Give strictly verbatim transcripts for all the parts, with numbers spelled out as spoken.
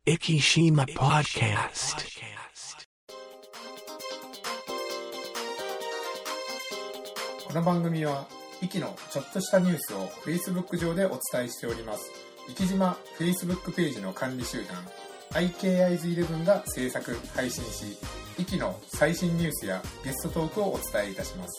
Ikishima Podcast。 この番組はイキのちょっとしたニュースを Facebook 上でお伝えしております。イキ島 Facebook ページの管理集団 アイケーアイズイレブン が制作・配信し、イキの最新ニュースやゲストトークをお伝えいたします。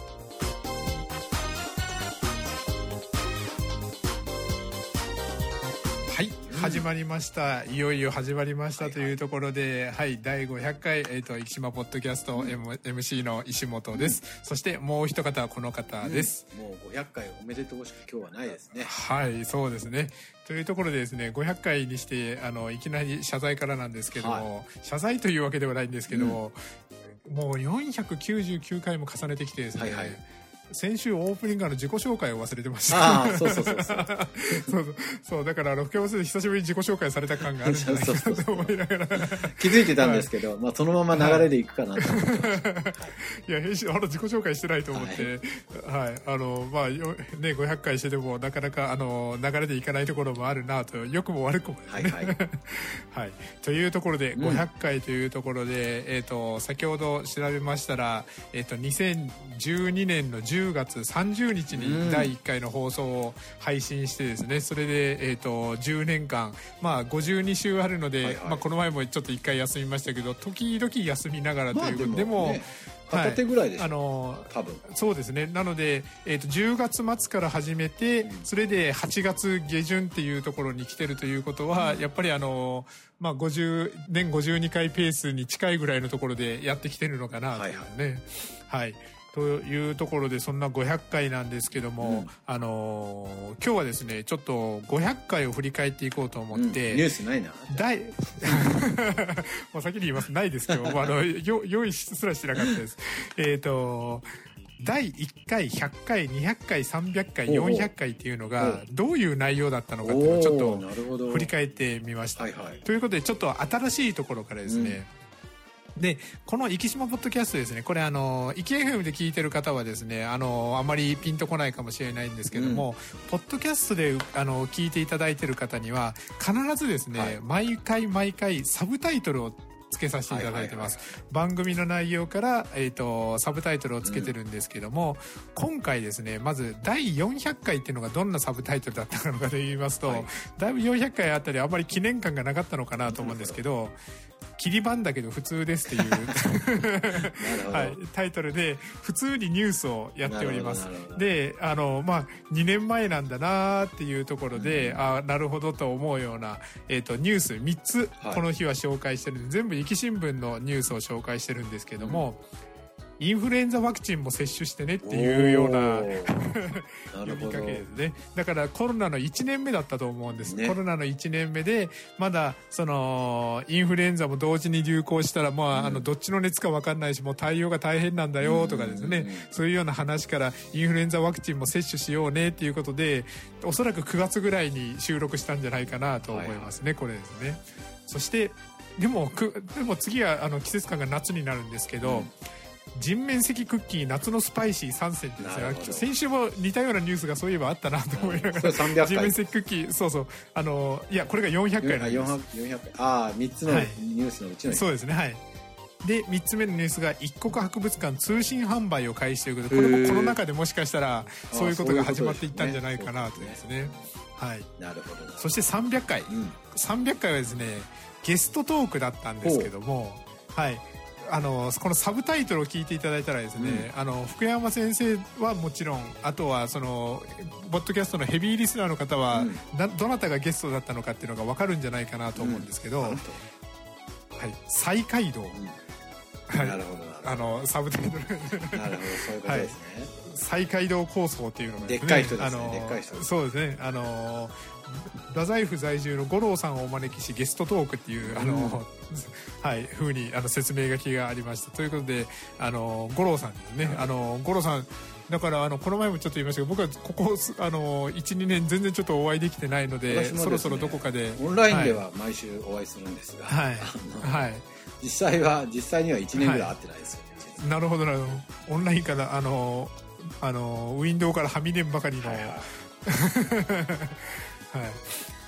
はい、始まりました。いよいよ始まりましたというところで、はい、はい、だいごひゃっかい、えーと、生島ポッドキャスト、うん、エムシー の石本です、うん、そしてもう一方はこの方です、 うん、もうごひゃっかいおめでとうしか今日はないですね。 はい、そうですね。というところでですね、ごひゃっかいにしてあのいきなり謝罪からなんですけども、はい、謝罪というわけではないんですけども、うん、もうよんひゃくきゅうじゅうきゅうかいも重ねてきてですね、はいはい、先週オープニングの自己紹介を忘れてました。 ああ、そうそうそうそうそうそうそうだからあの福山先生久しぶりに自己紹介された感があるんじゃないかなと思いながら気づいてたんですけど、はい、まあそのまま流れでいくかなと思って、はい、 いや編集あの自己紹介してないと思って、はい、はい、あのまあよねごひゃっかいしてでもなかなかあの流れでいかないところもあるなと、良くも悪くもね、はいはいはい、というところでごひゃっかいというところで、うん、えっ、ー、と先ほど調べましたら、えっ、ー、とにせんじゅうにねんのじゅうがつさんじゅうにちにだいいっかいの放送を配信してですね、それで、えー、とじゅうねんかん、まあ、ごじゅうにしゅうあるので、はいはい、まあ、この前もちょっといっかい休みましたけど、時々休みながらということで、まあ、でも、ね、 片手ぐらいでしょ、 はい、あの多分そうですね。なので、えー、とじゅうがつまつから始めて、うん、それではちがつげじゅんっていうところに来てるということは、うん、やっぱりあの、まあ、ごじゅう年ごじゅうにかいペースに近いぐらいのところでやってきてるのかなというね、はいはいはい、というところで、そんなごひゃっかいなんですけども、うん、あのー、今日はですねちょっとごひゃっかいを振り返っていこうと思って、 うん、ニュースないなだいもう先に言います、ないですけどあのよ用意すらしてなかったです。えっとだいいっかい、ひゃっかい、にひゃっかい、さんびゃっかい、よんひゃっかいっていうのがどういう内容だったのかっていうのをちょっと振り返ってみました、はいはい、ということでちょっと新しいところからですね、うん、でこの生島ポッドキャストですね、これあの生き エフエム で聞いてる方はですね、あのあまりピンとこないかもしれないんですけども、うん、ポッドキャストであの聞いていただいてる方には必ずですね、はい、毎回毎回サブタイトルをつけさせていただいてます、はいはいはい、番組の内容から、えーと、サブタイトルをつけてるんですけども、うん、今回ですね、まずだいよんひゃっかいっていうのがどんなサブタイトルだったのかと言いますと、はい、だいぶよんひゃっかいあたりあんまり記念感がなかったのかなと思うんですけど、切り番だけど普通ですっていうはい、タイトルで普通にニュースをやっております。で、あのまあにねんまえなんだなっていうところで、うん、あなるほどと思うような、えーと、ニュースみっつこの日は紹介してるんで、はい、全部生き新聞のニュースを紹介してるんですけども、うん、インフルエンザワクチンも接種してねっていうような呼びかけですね。だからコロナのいちねんめだったと思うんです、ね、コロナのいちねんめでまだそのインフルエンザも同時に流行したら、まあ、うん、あのどっちの熱か分かんないし、もう対応が大変なんだよとかですね、うんうんうん、そういうような話からインフルエンザワクチンも接種しようねっていうことで、おそらくくがつぐらいに収録したんじゃないかなと思いますね、はいはい、これですね。そしてでもくでも次はあの季節感が夏になるんですけど、うん、人面石クッキー夏のスパイシーさんせんってですね、先週も似たようなニュースがそういえばあったなと思いながら、 さんびゃっかい人面石クッキー、そうそうあのいやこれがよんひゃっかいなんです。 よんひゃっかい、ああみっつのニュースのうちの、はい、 そうですね、はい。でみっつめのニュースが一国博物館通信販売を開始ということで、これもコロナ禍でもしかしたらそういうことが始まっていったんじゃないかなとですね、はい。 なるほど。 そしてさんびゃっかい、うん、さんびゃっかいはですねゲストトークだったんですけども、はい、あのこのサブタイトルを聞いていただいたらですね、うん、あの福山先生はもちろん、あとはそのポッドキャストのヘビーリスナーの方は、うん、などなたがゲストだったのかっていうのが分かるんじゃないかなと思うんですけど、うん、はい、西海道、うん、はい、 なるほどあのサブタイトルなるほど、そういうことですね、はい、 西海道構想っていうのがですね、 でっかい人ですね、でっかい人です。 そうですね、あの太宰府在住の五郎さんをお招きしゲストトークっていう、あの、うん、はい風にあの説明書きがありました。ということで、あの五郎さんですね、あの五郎さんだからあのこの前もちょっと言いましたけど、僕はここあの いちにねん全然ちょっとお会いできてないの で, で、ね、そろそろどこかでオンラインでは毎週お会いするんですが、 はいはい、 実際は実際にはいちねんぐらい会ってないですよね、 はい、なるほどなるほど。オンラインからあのあのウィンドウからはみ出んばかりの、はいはいはい、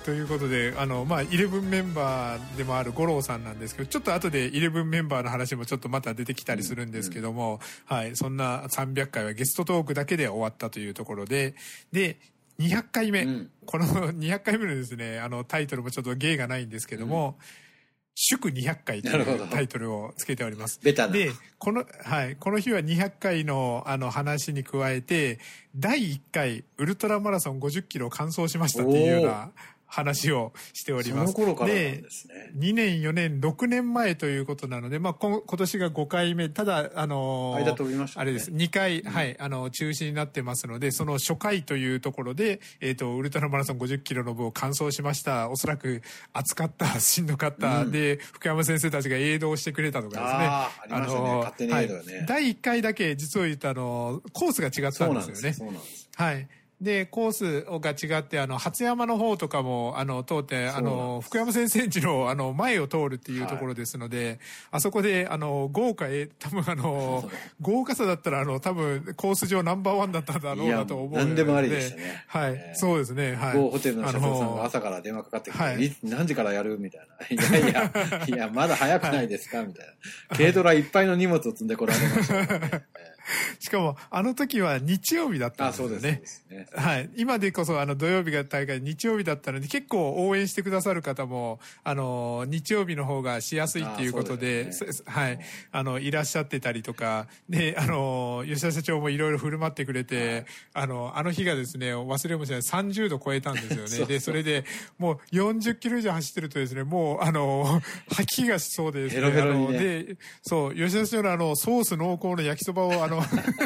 ということで、あの、まあ、イレブンメンバーでもある五郎さんなんですけど、ちょっと後でイレブンメンバーの話もちょっとまた出てきたりするんですけども、うんうん、はい、そんなさんびゃっかいはゲストトークだけで終わったというところで、で、にひゃっかいめ、うん、このにひゃっかいめのですね、あの、タイトルもちょっと芸がないんですけども、うん、祝にひゃっかいというタイトルをつけております。 ベタな。 で、この、はい、この日はにひゃっかいのあの話に加えて、だいいっかいウルトラマラソンごじゅっキロを完走しましたっていうような話をしております。 その頃からなんですね。 で、にねん、よねん、ろくねんまえということなので、まあ、今年がごかいめ、ただ、あのー、 間飛びましたね。 あれです。にかい、うん、はい、あの、中止になってますので、その初回というところで、えっと、ウルトラマラソンごじゅっキロの部を完走しました。おそらく、暑かった、しんどかった、うん、で、福山先生たちがエイドをしてくれたとかですね。 ああ、ありましたね。勝手にエイドよね。はい、 だいいっかいだけ、実を言うと、あの、コースが違ったんですよね。 そうなんです。 はい。で、コースが違って、あの、初山の方とかも、あの、通って、あの、福山先生んちの、あの、前を通るっていうところですので、はい、あそこで、あの、豪華へ、多分あの、豪華さだったら、あの、多分、コース上ナンバーワンだったんだろうなと思うので。 何でもありでしたね。 はい、えー。そうですね。はい。 某ホテルの社長さんが朝から電話かかってきて、はい、何時からやるみたいな。いやいや、いや、まだ早くないですか、はい、みたいな。軽トラいっぱいの荷物を積んでこられました、ね。 しかも、あの時は日曜日だったんですよね。 あ、そうですね。 はい。今でこそ、あの、土曜日が大会、日曜日だったので、結構応援してくださる方も、あの、日曜日の方がしやすいっていうことで、ね、はい。あの、いらっしゃってたりとか、で、あの、吉田社長もいろいろ振る舞ってくれて、はい、あの、あの日がですね、忘れもしないさんじゅうど超えたんですよね。そうそうで、それで、もうよんじゅっキロ以上走ってるとですね、もう、あの、吐き気がしそうでですね、 ヘロヘロにね、 あの、で、そう、吉田社長のあの、ソース濃厚の焼きそばを、あの、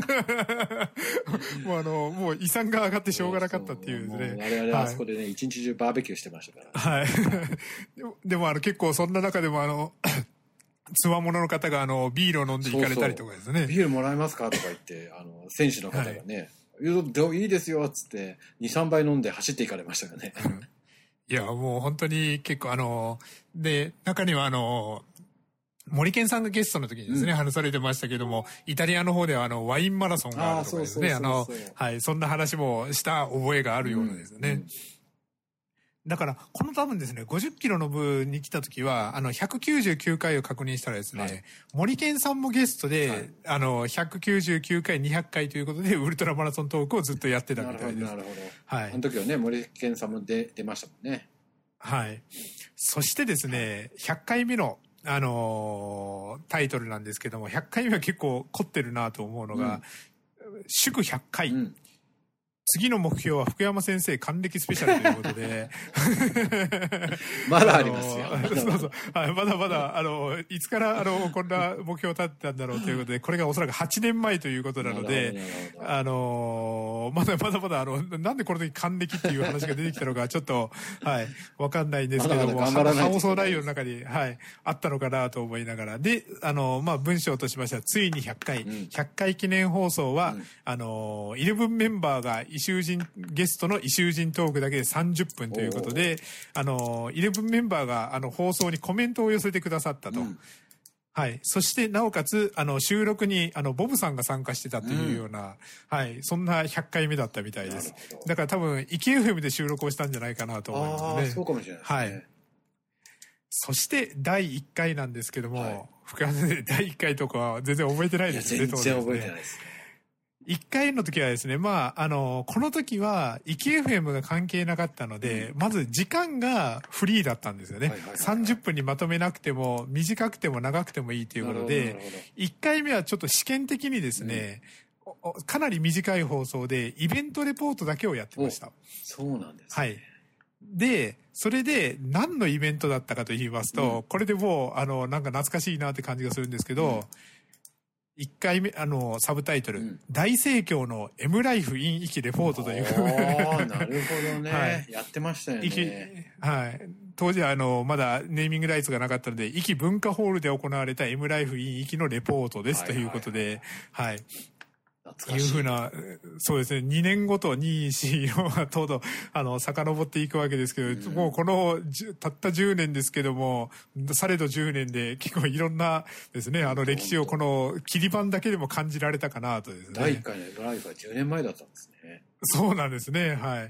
もうあの、もう胃酸が上がってしょうがなかったっていうですね。 我々はあそこでね、一、はい、日中バーベキューしてましたから。 はい。でも、でもあの結構そんな中でもあの、つわものの方があの、ビールを飲んで行かれたりとかですね。そうそうビールもらえますかとか言って、あの、選手の方がね、はい、いいですよっつって、に、さんばい飲んで走って行かれましたからね。 うん、いや、もう本当に結構あの、で、中にはあの、森健さんがゲストの時にですね、うん、話されてましたけども、イタリアの方ではあの、ワインマラソンがあるとかですね、あの、はい、そんな話もした覚えがあるようなですね。うんうん、だから、この多分ですね、ごじゅっキロの部に来た時は、あの、ひゃくきゅうじゅうきゅうかいを確認したらですね、はい、森健さんもゲストで、はい、あの、ひゃくきゅうじゅうきゅうかい、にひゃっかいということで、ウルトラマラソントークをずっとやってたみたいです。 なるほど、なるほど。 はい。 あの時はね、森健さんも出、出ましたもんね。 はい。そしてですね、ひゃっかいめの、あのー、タイトルなんですけども、ひゃっかいめは結構凝ってるなと思うのが、うん、祝ひゃっかい、うん、次の目標は福山先生還暦スペシャルということでまだありますよ。 そうそう、はい、まだまだあのいつからあのこんな目標を立ってたんだろうということで、これがおそらくはちねんまえということなので、あのまだまだまだあのなんでこの時還暦っていう話が出てきたのかちょっとはいわかんないんですけども、放送内容の中にはいあったのかなと思いながら、であのまあ文章としましてはついにひゃっかい、うん、ひゃっかい記念放送は、うん、あのじゅういちメンバーが異州人ゲストの異州人トークだけでさんじゅっぷんということで、あのじゅういちメンバーがあの放送にコメントを寄せてくださったと、うん、はい、そしてなおかつあの収録にあのボブさんが参加してたというような、うん、はい、そんなひゃっかいめだったみたいです。だから多分イキ エフエム で収録をしたんじゃないかなと思いますね。 あ、そうかもしれないですね。はい。 そしてだいいっかいなんですけども、はい、福山先生だいいっかいとかは全然覚えてないですね。 全然覚えてないですね。 いっかいの時はですね、まあ、あの、この時は、イキ エフエム が関係なかったので、うん、まず時間がフリーだったんですよね。はいはいはいはい、さんじゅっぷんにまとめなくても、短くても長くてもいいということで、いっかいめはちょっと試験的にですね、うん、かなり短い放送で、イベントレポートだけをやってました。 そうなんですね。 はい。で、それで何のイベントだったかと言いますと、うん、これでもう、あの、なんか懐かしいなって感じがするんですけど、うん、いっかいめ、あの、サブタイトル、うん、大盛況の M ライフ in イキレポートという。 ああ、なるほどね、はい。やってましたよね。 はい。当時は、あの、まだネーミングライツがなかったので、イキ文化ホールで行われた M ライフ in イキのレポートですということで、はい、はいはいいうふうな、そうですね、にねんごとに、よんはとうとう、あの、遡っていくわけですけど、うん、もうこの、たったじゅうねんですけども、されどじゅうねんで結構いろんなですね、あの歴史をこの切り板だけでも感じられたかなとですね。 だいいっかいのライフはじゅうねんまえだったんですね。 そうなんですね、はい。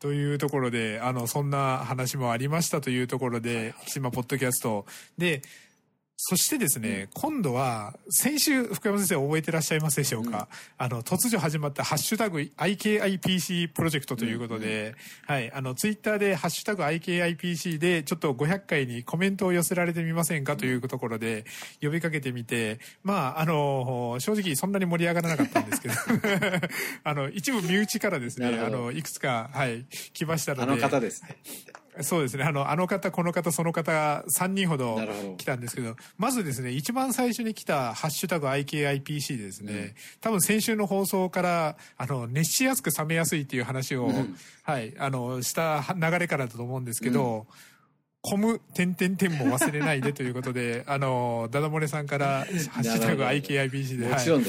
というところで、あの、そんな話もありましたというところで、生島ポッドキャストで、そしてですね、うん、今度は、先週、福山先生覚えてらっしゃいますでしょうか、うん、あの、突如始まったハッシュタグ アイケーアイピーシー プロジェクトということで、うんうん、はい、あの、ツイッターでハッシュタグ アイケーアイピーシー で、ちょっとごひゃっかいにコメントを寄せられてみませんかというところで、呼びかけてみて、まあ、あの、正直そんなに盛り上がらなかったんですけど、あの、一部身内からですね、あの、いくつか、はい、来ましたので。 あの方ですね。 そうですね。あの、あの方、この方、その方、さんにんほど来たんですけど、まずですね、一番最初に来たハッシュタグ アイケーアイピーシー でですね、うん、多分先週の放送から、あの、熱しやすく冷めやすいっていう話を、うん、はい、あの、した流れからだと思うんですけど、うんコム、点々点も忘れないでということで、あの、ダダ漏れさんから、ハッシュタグ アイケーアイピーシー で。 もちろんです。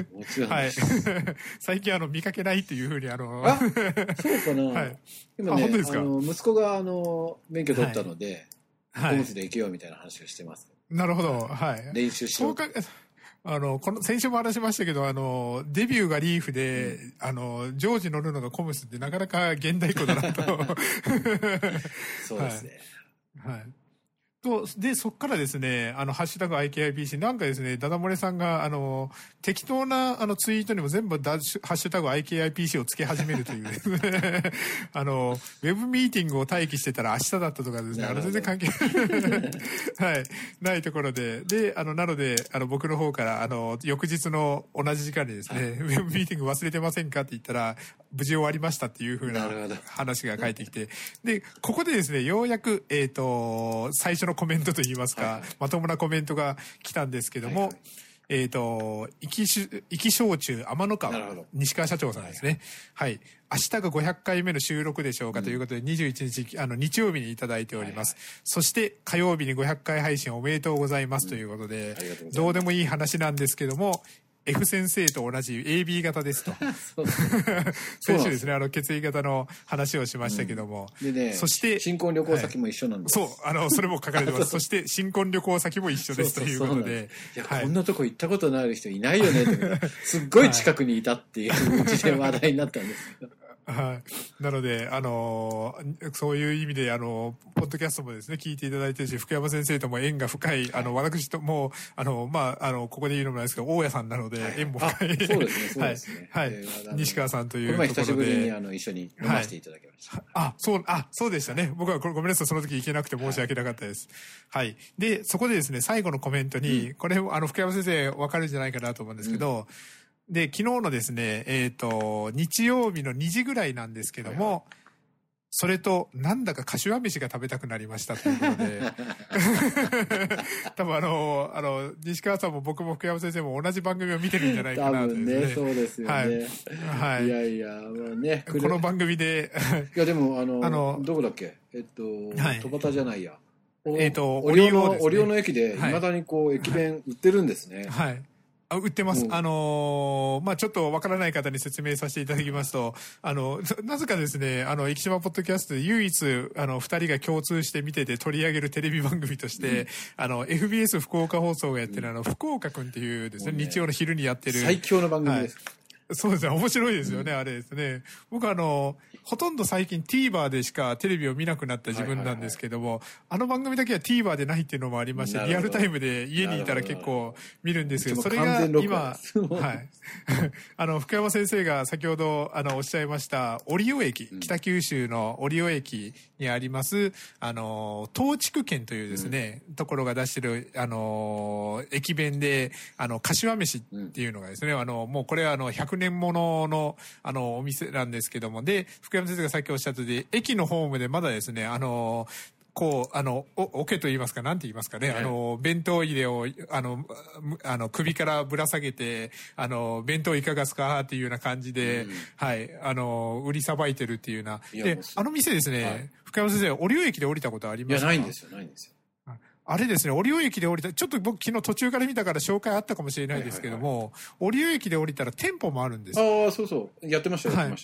もちろんです。 はい。最近あの、見かけないっていうふうにあの、 あ、そうかな。はい。今ね、 あ、本当ですか？ あの、息子があの、免許取ったので、はい、コムスで行けようみたいな話をしてます。 なるほど。はい。 練習しよう。そうか、 あの、この、先週も話しましたけど、あの、デビューがリーフで、うん、あの、ジョージ乗るのがコムスってなかなか現代っ子だなと。 そうですね。 はい。はいと、で、そっからですね、あの、ハッシュタグ アイケーアイピーシー、なんかですね、ダダ漏れさんが、あの、適当な、あの、ツイートにも全部ダッシュ、ハッシュタグ アイケーアイピーシー をつけ始めるというですね、あの、ウェブミーティングを待機してたら明日だったとかですね、あの、全然関係はい、ないところで、で、あの、なので、あの、僕の方から、あの、翌日の同じ時間にですね、ウェブミーティング忘れてませんかって言ったら、無事終わりましたっていう風な話が返ってきて、で、ここでですね、ようやく、えっと、最初のコメントといいますか、はいはい、まともなコメントが来たんですけども、はいはい、えっと、生きし、生き焼酎天の川、西川社長さんですね。はい、はい。明日がごひゃっかいめの収録でしょうかということで、にじゅういちにち、あの、日曜日にいただいております。はいはい、そして、火曜日にごひゃっかい配信おめでとうございますということで、うん、どうでもいい話なんですけども、F 先生と同じ エービー 型ですと。先週ですね、あの、血液型の話をしましたけども。 うん、でね、そして、新婚旅行先も一緒なんです。 はい、そう、あの、それも書かれてます。そして、新婚旅行先も一緒ですということで。 いや、はい、こんなとこ行ったことのある人いないよねって。すっごい近くにいたっていううちで話題になったんですけど。 はい。なので、あのー、そういう意味で、あの、ポッドキャストもですね、聞いていただいてるし、福山先生とも縁が深い、あの、私とも、あの、まあ、あの、ここで言うのもないですけど、大家さんなので、縁も深い。 そうですね、そうですね。 はい。はい、西川さんというところで。 久しぶりに、あの、一緒に飲ませていただきました。はい、 あ、そう、あ、そうでしたね。僕はごめんなさい、その時行けなくて申し訳なかったです。はい。はい、で、そこでですね、最後のコメントに、うん、これ、あの、福山先生わかるんじゃないかなと思うんですけど、うんで、昨日のですね、えっと、日曜日のにじぐらいなんですけども、はいはい、それと、なんだか柏飯が食べたくなりましたということで、多分あの、あの、西川さんも僕も福山先生も同じ番組を見てるんじゃないかなと、ね。多分ね、 そうですよね。はい。はい、いやいや、まあね。 この番組で。 いや、でも、あの、あのどこだっけえっと、はい、戸端じゃないや。 えっと、 オリオの、オリオの駅で、未だにこう、駅弁売ってるんですね。 はい。あ、売ってます。うん、あのー、まあ、ちょっとわからない方に説明させていただきますと、あの、なぜかですね、あの、生島ポッドキャストで唯一、あの、二人が共通して見てて取り上げるテレビ番組として、うん、あの、エフビーエス 福岡放送がやってる、うん、あの、福岡くんっていうですね、ね日曜の昼にやってる。 最強の番組です。はいそうですね。面白いですよね、うん、あれですね。僕あの、ほとんど最近 TVer でしかテレビを見なくなった自分なんですけども、はいはいはい、あの番組だけは TVer でないっていうのもありまして、リアルタイムで家にいたら結構見るんですけど、それが今、はい。あの、福山先生が先ほど、あの、おっしゃいました、折尾駅、北九州の折尾駅にあります、あの、東筑県というですね、うん、ところが出してる、あの、駅弁で、あの、柏飯っていうのがですね、あの、もうこれはあの、ひゃくねんものの、あの、お店なんですけども、で、福山先生がさっきおっしゃったで、駅のホームでまだですね、あの、こう、あの、お、おけと言いますか、なんて言いますかね、はい、あの、弁当入れを、あの、あの、首からぶら下げて、あの、弁当いかがですかっていうような感じで、うん、はい、あの、売りさばいてるっていうような。で、あの店ですね、はい、福山先生、折尾駅で降りたことありますか？ いや、ないんですよ、ないんですよ。 あれですね、折尾駅で降りた、ちょっと僕昨日途中から見たから紹介あったかもしれないですけども、はいはいはい、折尾駅で降りたら店舗もあるんですよ。ああ、そうそう。やってました、やってました。はい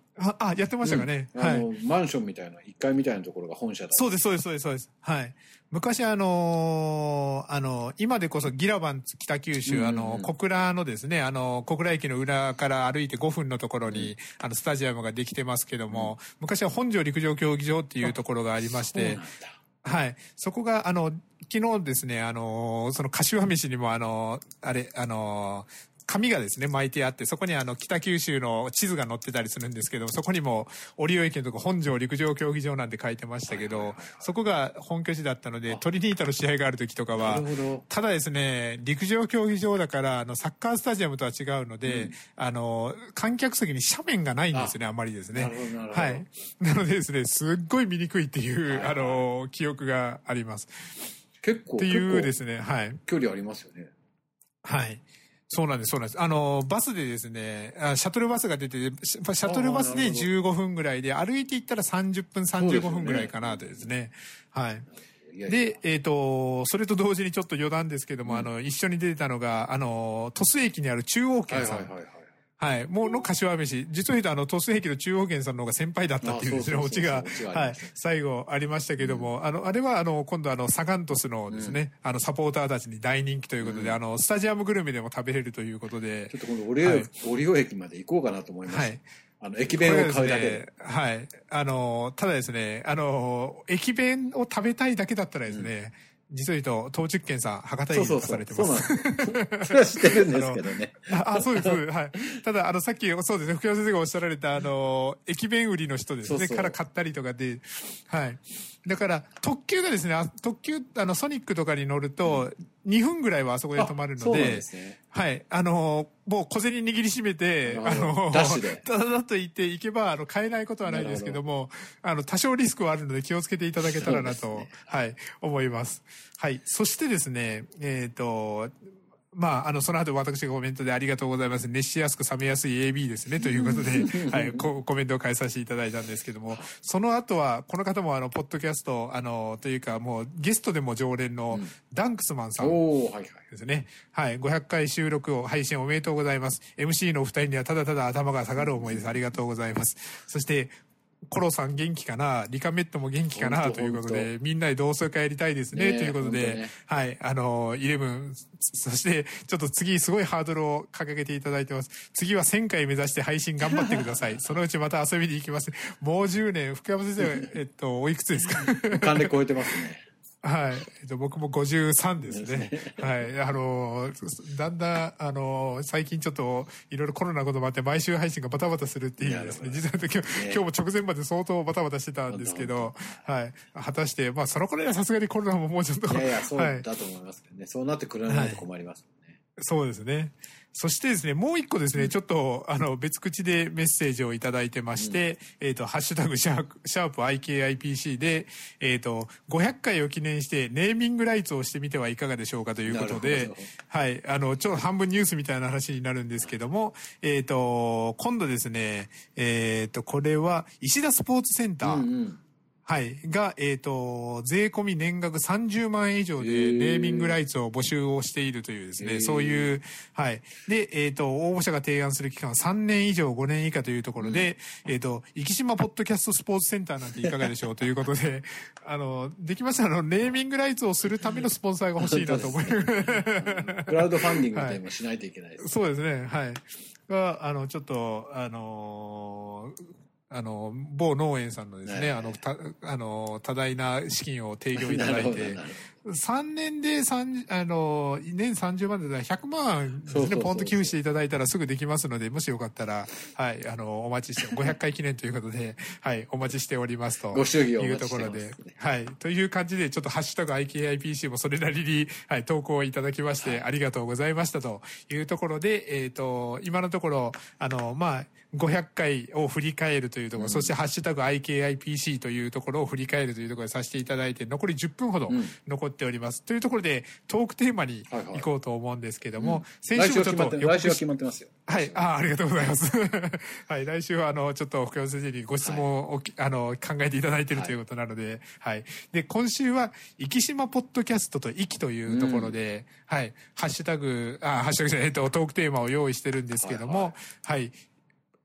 あ、あ、やってましたかね。 うん、 はい。 あの、マンションみたいな、いっかいみたいなところが本社だ。 そうです、そうです、そうです、そうです。はい。昔あのー、あの、今でこそギラバン北九州、うんうん、あの、小倉のですね、あの、小倉駅の裏から歩いてごふんのところに、うん、あの、スタジアムができてますけども、うん、昔は本庄陸上競技場っていうところがありまして、はい。そこが、あの、昨日ですね、あの、その柏飯にもあの、あれ、あの、紙がですね、巻いてあって、そこにあの、北九州の地図が載ってたりするんですけど、そこにも、折尾駅のとこ本庄陸上競技場なんて書いてましたけど、そこが本拠地だったので、トリニータの試合がある時とかは、ただですね、陸上競技場だから、あの、サッカースタジアムとは違うので、うん、あの、観客席に斜面がないんですよね、あんまりですね。はい。なのでですね、すっごい見にくいっていう、はいはい、あの、記憶があります。 結構、 っていうですね、はい。 距離ありますよね。 はい。そうなんです、そうなんです。あの、バスでですね、シャトルバスが出て、シャトルバスでじゅうごふんぐらいで、歩いて行ったらさんじゅっぷん、さんじゅうごふんぐらいかなとですね。はい。で、えっと、それと同時にちょっと余談ですけども、うん、あの、一緒に出てたのが、あの、鳥栖駅にある中央圏さん。はいはいはいはい。はい。もうの柏飯。実を言うと、あの、鳥栖駅の中央圏さんの方が先輩だったっていうですね、オチが、はい、最後ありましたけども、うん、あの、あれは、あの、今度あの、サガン鳥栖のですね、うん、あの、サポーターたちに大人気ということで、うん、あの、スタジアムグルメでも食べれるということで。 ちょっと今度、オリオ、はい、オリオ駅まで行こうかなと思います。はい。あの、駅弁を買うだけで。 ではい。あの、ただですね、あの、駅弁を食べたいだけだったらですね、うん実を言うと、東竹県さん、博多駅に出されてます。 そうそうそう。そうなんです。それは知ってるんですけどね。 ああ、そうです。はい。ただ、あの、さっき、そうですね、福山先生がおっしゃられた、あの、駅弁売りの人ですね、そうそうから買ったりとかで、はい。だから、特急がですね、特急、あの、ソニックとかに乗ると、にふんぐらいはあそこで止まるので、そうなんですね。はい。あの、もう小銭握りしめて、あの、 ダッシュで。 ただだと言って行けば、あの、買えないことはないですけども、あの、多少リスクはあるので気をつけていただけたらなと、ね、はい、思います。はい。そしてですね、えっと、まあ、あの、その後私がコメントでありがとうございます。熱しやすく冷めやすい エービー ですね。ということで、はい、コメントを返させていただいたんですけども、その後は、この方もあの、ポッドキャスト、あの、というかもう、ゲストでも常連のダンクスマンさんですね。はい、ごひゃっかい収録を配信おめでとうございます。エムシー のお二人にはただただ頭が下がる思いです。ありがとうございます。そして、コロさん元気かなリカメットも元気かなということで、みんなで同窓会やりたいですね、ということで、ね、はい、あの、イレブン、そして、ちょっと次すごいハードルを掲げていただいてます。次はせんかい目指して配信頑張ってください。そのうちまた遊びに行きます。もうじゅうねん、福山先生、えっと、おいくつですか？ 還暦超えてますね。 はい。えっと、僕もごじゅうさんですね。はい。あの、だんだん、あの、最近ちょっと、いろいろコロナのこともあって、毎週配信がバタバタするっていうですね。実は今日、ね、今日も直前まで相当バタバタしてたんですけど、はい。果たして、まあ、その頃にはさすがにコロナももうちょっと。 いやいや、そうだと思いますけどね。はい、そうなってくれないと困りますもんね。 はい、そうですね。そしてですね、もう一個ですね、うん、ちょっと、あの、別口でメッセージをいただいてまして、うん、えっと、ハッシュタグ、シャープ、シャープ アイケーアイピーシー で、えっと、ごひゃっかいを記念して、ネーミングライツをしてみてはいかがでしょうかということで、はい、あの、ちょっと半分ニュースみたいな話になるんですけども、えっと、今度ですね、えっと、これは、石田スポーツセンター、うんうんはい。が、えっと、税込み年額さんじゅうまんえん以上でネーミングライツを募集をしているというですね、そういう、はい。で、えっと、応募者が提案する期間はさんねん以上ごねん以下というところで、うん、えっと、生島ポッドキャストスポーツセンターなんていかがでしょうということで、あの、できましたら、あの、ネーミングライツをするためのスポンサーが欲しいなと思います。 クラウドファンディングでもしないといけないです、 はい。そうですね、はい。が、あの、ちょっと、あのー、あの、某農園さんのですね、ねあの、た、あの、多大な資金を提供いただいて、さんねんで三、あの、年さんじゅうまんでひゃくまんですね、ポンと寄付していただいたらすぐできますので、もしよかったら、はい、あの、お待ちして、ごひゃっかい記念ということで、はい、お待ちしておりますと。 ご祝儀をいうところで、はい、という感じで、ちょっとハッシュタグ アイケーアイピーシー もそれなりに、はい、投稿いただきまして、ありがとうございましたというところで、えっと、今のところ、あの、まあ、ごひゃっかいを振り返るというところ、うん、そしてハッシュタグ アイケーアイピーシー というところを振り返るというところでさせていただいて、残りじゅっぷんほど残っております。うん、というところで、トークテーマに行こうと思うんですけども、はいはい、先週もちょっと来週は決まってますよ。 はい、ああ、ありがとうございます。はい、来週はあの、ちょっと福山先生にご質問を、はい、あの、考えていただいているということなので、はい、はい。で、今週は、生島ポッドキャストと息というところで、うん、はい、ハッシュタグ、あ、ハッシュタグじゃない、えっと、トークテーマを用意してるんですけども、はい、はいはい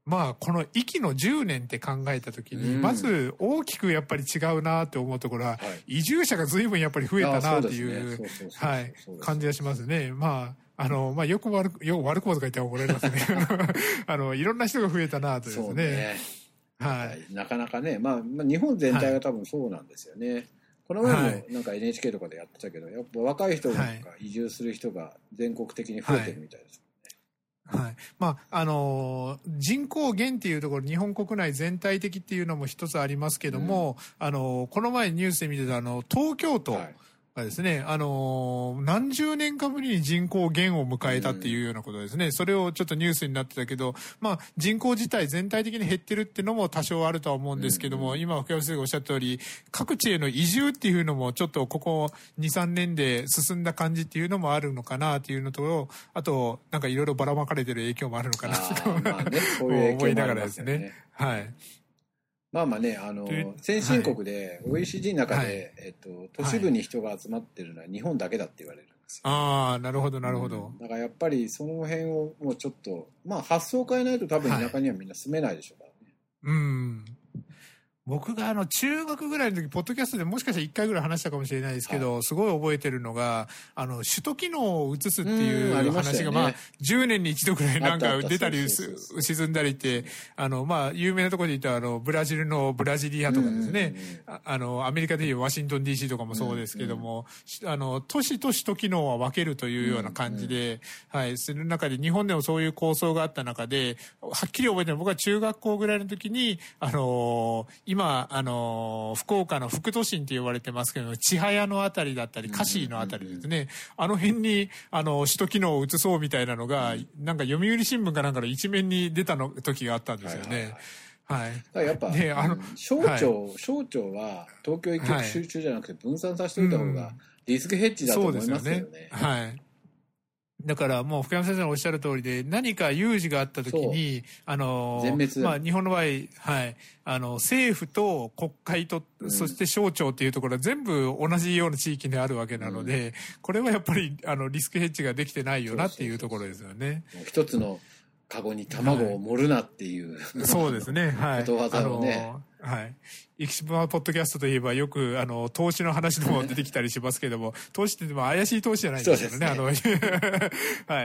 まあ、この息のじゅうねんって考えたときに、 うん、 まず大きくやっぱり違うなって思うところは、はい、移住者が随分やっぱり増えたなっていう、はい、感じがしますね。まあ、あの、まあ、よく悪く、よく悪くもとか言ったら怒られますね。あの、いろんな人が増えたなとですね。ね、 はい。なかなかね、まあ、まあ、日本全体が多分そうなんですよね。はい、この前もなんか エヌエイチケー とかでやってたけど、やっぱ若い人が移住する人が全国的に増えてるみたいです。 はい。まあ、あのー、人口減っていうところ、日本国内全体的っていうのも一つありますけども、うん、あのー、この前ニュースで見てたあの、東京都がですね、はい、あのー、何十年かぶりに人口減を迎えたっていうようなことですね。うん、それをちょっとニュースになってたけど、まあ、人口自体全体的に減ってるっていうのも多少あるとは思うんですけども、うん、今、福山先生がおっしゃった通り、各地への移住っていうのもちょっとここに、さんねんで進んだ感じっていうのもあるのかなっていうのと、あと、なんかいろいろばらまかれてる影響もあるのかなと、まあね、そういう思いながらですね。はい。 まあまあね、あの、先進国で オーイーシーディー の中で、はい、えっと、都市部に人が集まってるのは日本だけだって言われるんですよ。 ああ、なるほど、なるほど、 うん。だからやっぱりその辺をもうちょっと、まあ発想を変えないと多分田舎にはみんな住めないでしょうからね。 はい、うん。僕があの中学ぐらいの時、ポッドキャストでもしかしたらいっかいぐらい話したかもしれないですけど、はい、すごい覚えてるのが、あの、首都機能を移すっていう話が、まあ、じゅうねんに一度ぐらいなんか出たり、沈んだりって、あの、まあ、有名なところで言うと、あの、ブラジルのブラジリアとかですね、あ, あの、アメリカでいうワシントン ディーシー とかもそうですけども、うんうん、あの、都市と首都機能は分けるというような感じで、うんうん、はい、その中で日本でもそういう構想があった中で、はっきり覚えてるのは僕は中学校ぐらいの時に、あの、今、あの、福岡の副都心って言われてますけど、千早のあたりだったり、香椎のあたりですね。あの辺に、あの、首都機能を移そうみたいなのが、なんか読売新聞かなんかの一面に出たの時があったんですよね。はい。 だからやっぱ、ね、あの、省庁、はい、省庁は東京一極集中じゃなくて分散させておいた方がリスクヘッジだと思いますよね。そうですよね。 はい。だからもう福山先生のおっしゃる通りで、何か有事があった時に、あの、まあ日本の場合、はい、あの、政府と国会と、うん、そして省庁っていうところは全部同じような地域にあるわけなので、うん、これはやっぱり、あの、リスクヘッジができてないよなっていうところですよね。 一つのカゴに卵を盛るなっていう、 はい、そうですね、はい。 ことわざをね。 はい。生島ポッドキャストといえばよく、あの、投資の話も出てきたりしますけども、投資ってでも怪しい投資じゃないんですよね。ねあの、はい。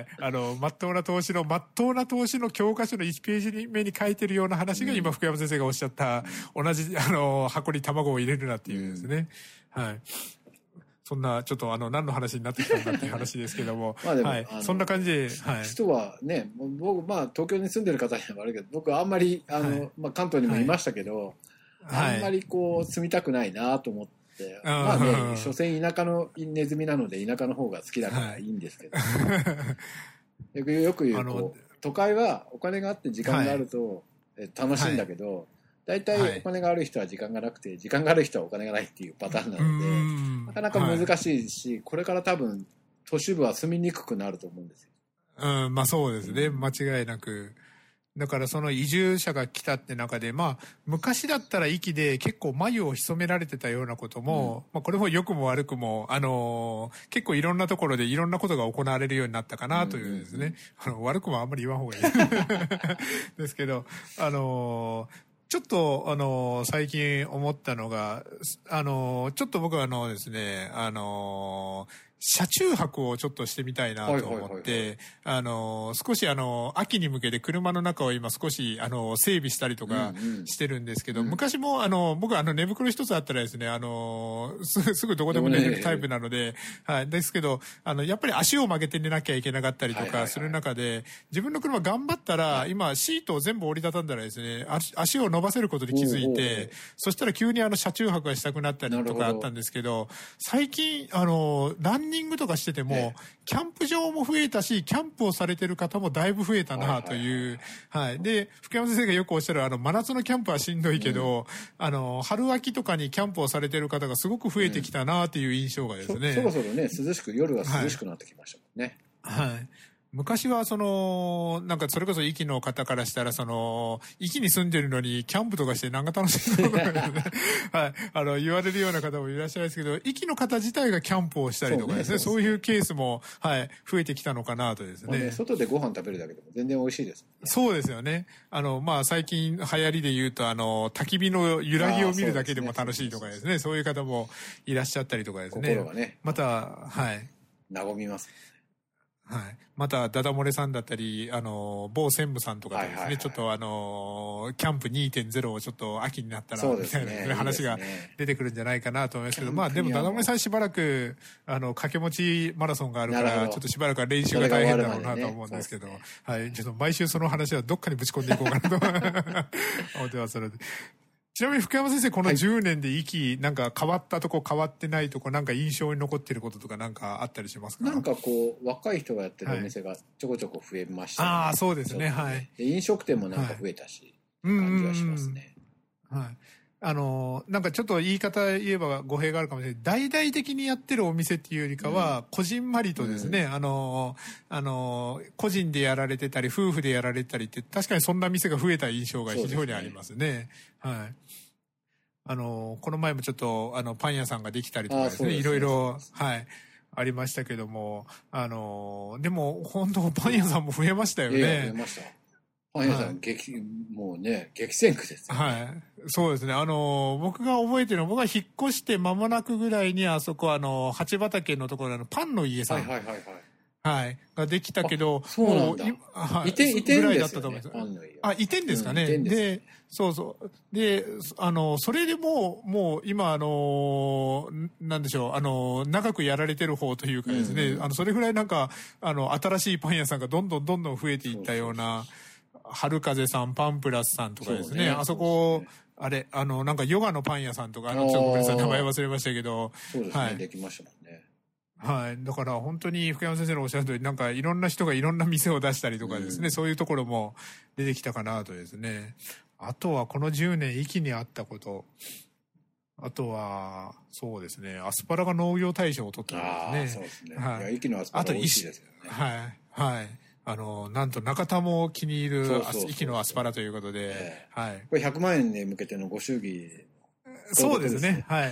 あの、まっとうな投資の、まっとうな投資の教科書のいちページ目に書いてるような話が、うん、今福山先生がおっしゃった、同じ、あの、箱に卵を入れるなっていうですね。うん、はい。そんな、ちょっとあの、何の話になってきたんだっていう話ですけども。まあでも、はい。そんな感じで、はい。 人はね、僕、まあ、東京に住んでる方には悪いけど、僕はあんまり、あの、はい、まあ、関東にもいましたけど、はい、あんまりこう、住みたくないなと思って、はい、まあね、所詮田舎のネズミなので、田舎の方が好きだからいいんですけど。はい、よくよく言うと、都会はお金があって時間があると、はい、楽しいんだけど、大体お金がある人は時間がなくて、時間がある人はお金がないっていうパターンなので、なかなか難しいし、はい、これから多分、都市部は住みにくくなると思うんですよ。 うん、まあそうですね、間違いなく。だからその移住者が来たって中で、まあ、昔だったら息で結構眉を潜められてたようなことも、うん、まあこれも良くも悪くも、あのー、結構いろんなところでいろんなことが行われるようになったかなというですね。うんうんうん、あの悪くもあんまり言わん方がいい。ですけど、あのー、ちょっと、あの、最近思ったのが、あの、ちょっと僕はあのですね、あの、車中泊をちょっとしてみたいなと思って、あの、少しあの、秋に向けて車の中を今少しあの、整備したりとかしてるんですけど、うんうん、昔もあの、僕はあの、寝袋一つあったらですね、あの、すぐ、すぐどこでも寝れるタイプなので、はい。ですけど、あの、やっぱり足を曲げて寝なきゃいけなかったりとかする中で、自分の車頑張ったら、今シートを全部折りたたんだらですね、足を伸ばせることに気づいて、そしたら急にあの、車中泊がしたくなったりとかあったんですけど、最近、あの、何ランニングとかしてても、ね、キャンプ場も増えたし、キャンプをされてる方もだいぶ増えたなという、はい、はいはい。で、福山先生がよくおっしゃる、あの、真夏のキャンプはしんどいけど、うん、あの、春秋とかにキャンプをされてる方がすごく増えてきたなという印象がですね。 うん、そ, そろそろね、涼しく、夜は涼しくなってきましたもんね。 はい。はい昔はその、なんかそれこそ壱岐の方からしたら、その、壱岐に住んでるのにキャンプとかして何が楽しいのかね、はい、あの、言われるような方もいらっしゃるんですけど、壱岐の方自体がキャンプをしたりとかですね、そう、ね、そういうケースも、はい、増えてきたのかなとですね。 ね、外でご飯食べるだけでも全然美味しいです、ね。 そうですよね。あの、まあ、最近流行りで言うと、あの、焚き火の揺らぎを見るだけでも楽しいとかですね、そういう方もいらっしゃったりとかですね。 心がね。 また、はい。 和みます。 はい。また、ダダ漏れさんだったり、あの、某専務さんとかですね、はいはいはい、ちょっとあの、キャンプ にてんゼロ をちょっと秋になったら、みたいな、ね、ね、話が出てくるんじゃないかなと思いますけど、まあでもダダ漏れさんしばらく、あの、掛け持ちマラソンがあるから、ちょっとしばらくは練習が大変だろうなと思うんですけど、ね、はい。ちょっと毎週その話はどっかにぶち込んでいこうかなと思ってますので。ちなみに福山先生、このじゅうねんで壱岐、なんか変わったとこ変わってないとこ、なんか印象に残ってることとかなんかあったりしますか？ なんかこう、若い人がやってるお店がちょこちょこ増えましたね。 はい、ああ、そうですね、はい。 飲食店もなんか増えたし、はい、感じはしますね。 はい。あの、なんかちょっと言い方言えば語弊があるかもしれない。大々的にやってるお店っていうよりかは、こじんまりとですね、うん、あの、あの、個人でやられてたり、夫婦でやられてたりって、確かにそんな店が増えた印象が非常にありますね。はい。あの、この前もちょっと、あの、パン屋さんができたりとかですね、いろいろ、はい、ありましたけども、あの、でも、本当パン屋さんも増えましたよね。 増えました。パン屋さん、はい、激、もうね、激戦区ですよね。 はい。そうですね。あの、僕が覚えてるのは、僕が引っ越して間もなくぐらいに、あそこ、あの、八畑のところのパンの家さん。 はいはいはいはい。 はい。ができたけど、 そうなんだ。 はい。 移転、移転ぐらいだったと思います。あ、移転ですかね。うん、で、そうそう。で、あの、それでもう、もう今、あの、なんでしょう、あの、長くやられてる方というかですね、うん、あの、それぐらいなんか、あの、新しいパン屋さんがどんどんどんどん増えていったような、春風さん、パンプラスさんとかですね、ねあそこ、ね、あれ、あの、なんかヨガのパン屋さんとか、あの、ちょっとごめんなさい、名前忘れましたけど、 そうですね、はい、できましたもんね。 はい。だから本当に福山先生のおっしゃる通り、なんかいろんな人がいろんな店を出したりとかですね、うん、そういうところも出てきたかなとですね。あとはこのじゅうねん壱岐にあったこと、あとは、そうですね、アスパラが農業大賞を取ったんですね。 ああ、そうですね。はい。いや、壱岐のアスパラ美味しいですよね。 はい。はい。あの、なんと中田も気に入る壱岐のアスパラということで、えー、はい。 これひゃくまんえんに向けてのご祝儀。 そうですね。はい。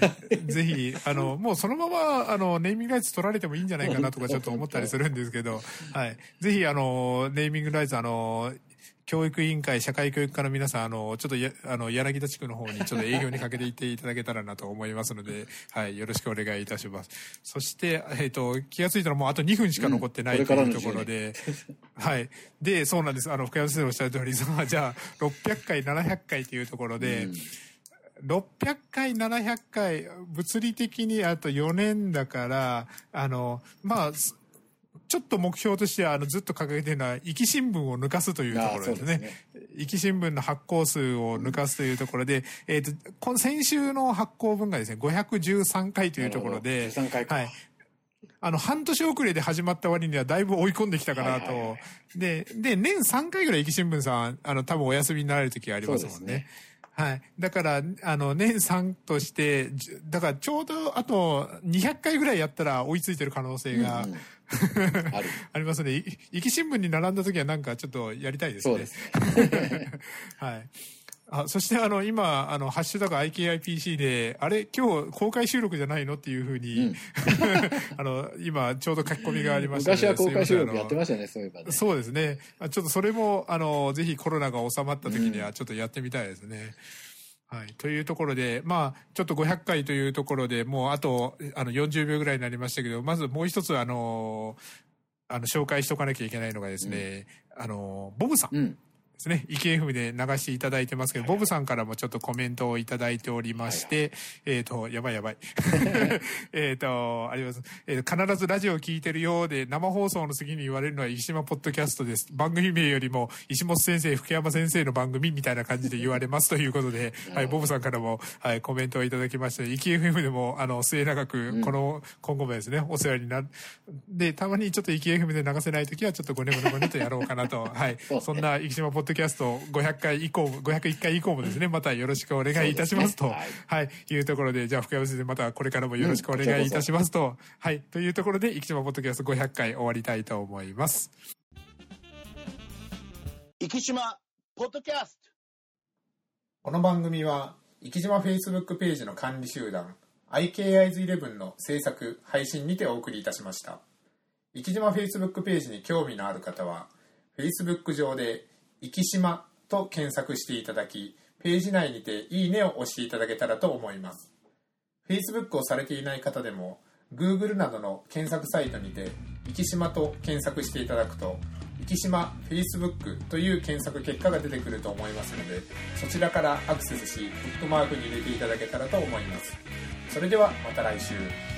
ぜひ、あの、もうそのまま、あの、ネーミングライツ取られてもいいんじゃないかなとかちょっと思ったりするんですけど、はい。ぜひ、あの、ネーミングライツ、あの、教育委員会、社会教育課の皆さん、あの、ちょっとや、あの、柳田地区の方にちょっと営業にかけていっていただけたらなと思いますので、はい、よろしくお願いいたします。そして、えっと、気がついたらもうあとにふんしか残ってない、うん、というところで、はい。で、そうなんです。あの、福山先生おっしゃる通り、さあ、じゃあ、ろっぴゃっかい、ななひゃっかいというところで、うんろっぴゃっかい、ななひゃっかい、物理的にあとよねんだから、あの、まあ、ちょっと目標としては、あの、ずっと掲げてるのは、壱岐新聞を抜かすというところですね。壱岐新聞の発行数を抜かすというところで、うん、えっと、今先週の発行分がですね、ごひゃくじゅうさんかいというところで、 じゅうさんかいか。 はい。あの、半年遅れで始まった割にはだいぶ追い込んできたかなと。はいはいはい、で、で、年さんかいぐらい壱岐新聞さん、あの、多分お休みになられる時がありますもんね。はい。だから、あの、年さんとして、だからちょうどあとにひゃっかいぐらいやったら追いついてる可能性が、うんうん、あ, ありますね。壱岐新聞に並んだ時はなんかちょっとやりたいですね。そうですね。はい。あ、そしてあの、今、あの、ハッシュタグ アイケーアイピーシー で、あれ、今日公開収録じゃないのっていうふうに、うん、あの、今、ちょうど書き込みがありましたので。 昔は公開収録やってましたね、そういえばね。 そうですね。ちょっとそれも、あの、ぜひコロナが収まった時にはちょっとやってみたいですね。うんはい。というところで、まあ、ちょっとごひゃっかいというところで、もうあと、あの、よんじゅうびょうぐらいになりましたけど、まずもう一つ、あの、あの、紹介しとかなきゃいけないのがですね、うん、あの、ボブさん。うんですね。イケエフエム で流していただいてますけど、はいはい、ボブさんからもちょっとコメントをいただいておりまして、はいはい、えっ、ー、と、やばいやばい。えっと、あります。えー、必ずラジオを聞いてるようで、生放送の次に言われるのは石島ポッドキャストです。番組名よりも石本先生、福山先生の番組みたいな感じで言われますということで、はい、ボブさんからも、はい、コメントをいただきまして、イケエフエム でも、あの、末永く、この、うん、今後もですね、お世話になる。で、たまにちょっとイケエフエム で流せないときは、ちょっとごねごねごねとやろうかなと、はい。そんな石島ポッドキャストごひゃっかい以降、ごひゃくいっかい以降もですね、またよろしくお願いいたしますと、すね、はい、はい、いうところで、じゃあ福山先生またこれからもよろしくお願いいたしますと、うん、はい、というところで、生島ポッドキャストごひゃっかい終わりたいと思います。 生島ポッドキャスト。 この番組は生島 Facebook ページの管理集団 アイケーアイズイレブン の制作配信にてお送りいたしました。生島 Facebook ページに興味のある方は Facebook 上で生島と検索していただき、ページ内にていいねを押していただけたらと思います。 Facebook をされていない方でも Google などの検索サイトにて生島と検索していただくと生島 Facebook という検索結果が出てくると思いますので、そちらからアクセスしブックマークに入れていただけたらと思います。それではまた来週。